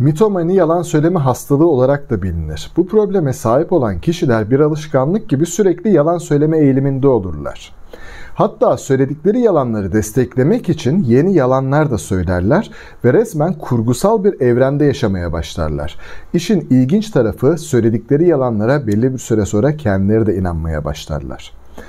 Mitomani yalan söyleme hastalığı olarak da bilinir. Bu probleme sahip olan kişiler bir alışkanlık gibi sürekli yalan söyleme eğiliminde olurlar. Hatta söyledikleri yalanları desteklemek için yeni yalanlar da söylerler ve resmen kurgusal bir evrende yaşamaya başlarlar. İşin ilginç tarafı söyledikleri yalanlara belli bir süre sonra kendileri de inanmaya başlarlar.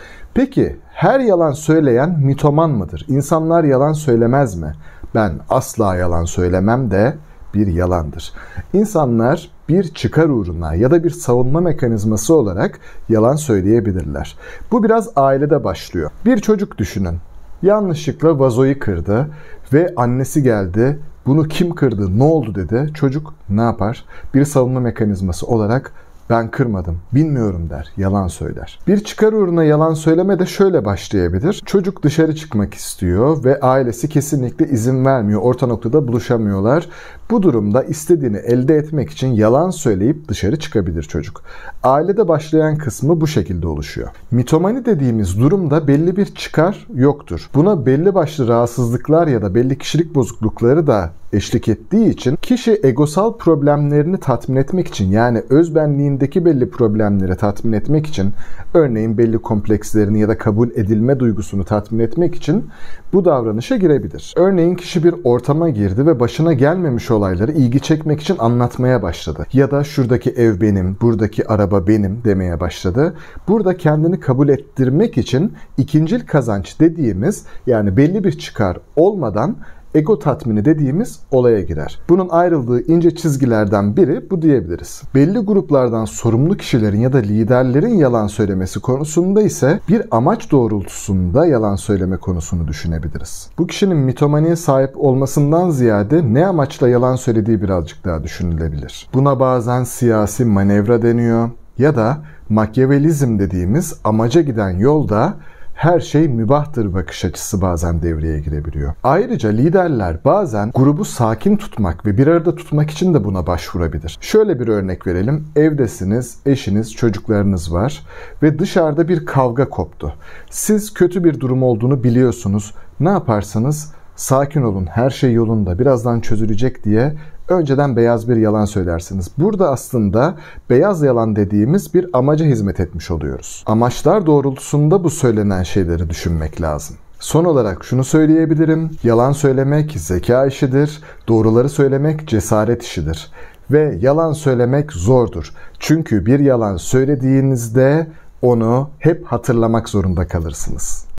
Peki her yalan söyleyen mitoman mıdır? İnsanlar yalan söylemez mi? Ben asla yalan söylemem de bir yalandır. İnsanlar bir çıkar uğruna ya da bir savunma mekanizması olarak yalan söyleyebilirler. Bu biraz ailede başlıyor. Bir çocuk düşünün. Yanlışlıkla vazoyu kırdı ve annesi geldi. Bunu kim kırdı, ne oldu dedi. Çocuk ne yapar? Bir savunma mekanizması olarak ben kırmadım, bilmiyorum der, yalan söyler. Bir çıkar uğruna yalan söyleme de şöyle başlayabilir. Çocuk dışarı çıkmak istiyor ve ailesi kesinlikle izin vermiyor. Orta noktada buluşamıyorlar. Bu durumda istediğini elde etmek için yalan söyleyip dışarı çıkabilir çocuk. Ailede başlayan kısmı bu şekilde oluşuyor. Mitomani dediğimiz durumda belli bir çıkar yoktur. Buna belli başlı rahatsızlıklar ya da belli kişilik bozuklukları da eşlik ettiği için kişi egosal problemlerini tatmin etmek için, yani özbenliğindeki belli problemleri tatmin etmek için, örneğin belli komplekslerini ya da kabul edilme duygusunu tatmin etmek için bu davranışa girebilir. Örneğin kişi bir ortama girdi ve başına gelmemiş olayları ilgi çekmek için anlatmaya başladı. Ya da şuradaki ev benim, buradaki araba benim demeye başladı. Burada kendini kabul ettirmek için ikincil kazanç dediğimiz, yani belli bir çıkar olmadan ego tatmini dediğimiz olaya girer. Bunun ayrıldığı ince çizgilerden biri bu diyebiliriz. Belli gruplardan sorumlu kişilerin ya da liderlerin yalan söylemesi konusunda ise bir amaç doğrultusunda yalan söyleme konusunu düşünebiliriz. Bu kişinin mitomaniye sahip olmasından ziyade ne amaçla yalan söylediği birazcık daha düşünülebilir. Buna bazen siyasi manevra deniyor ya da Machiavellizm dediğimiz amaca giden yolda her şey mübahtır bakış açısı bazen devreye girebiliyor. Ayrıca liderler bazen grubu sakin tutmak ve bir arada tutmak için de buna başvurabilir. Şöyle bir örnek verelim. Evdesiniz, eşiniz, çocuklarınız var ve dışarıda bir kavga koptu. Siz kötü bir durum olduğunu biliyorsunuz. Ne yaparsınız? Sakin olun, her şey yolunda, birazdan çözülecek diye önceden beyaz bir yalan söylersiniz. Burada aslında beyaz yalan dediğimiz bir amaca hizmet etmiş oluyoruz. Amaçlar doğrultusunda bu söylenen şeyleri düşünmek lazım. Son olarak şunu söyleyebilirim. Yalan söylemek zeka işidir. Doğruları söylemek cesaret işidir. Ve yalan söylemek zordur. Çünkü bir yalan söylediğinizde onu hep hatırlamak zorunda kalırsınız.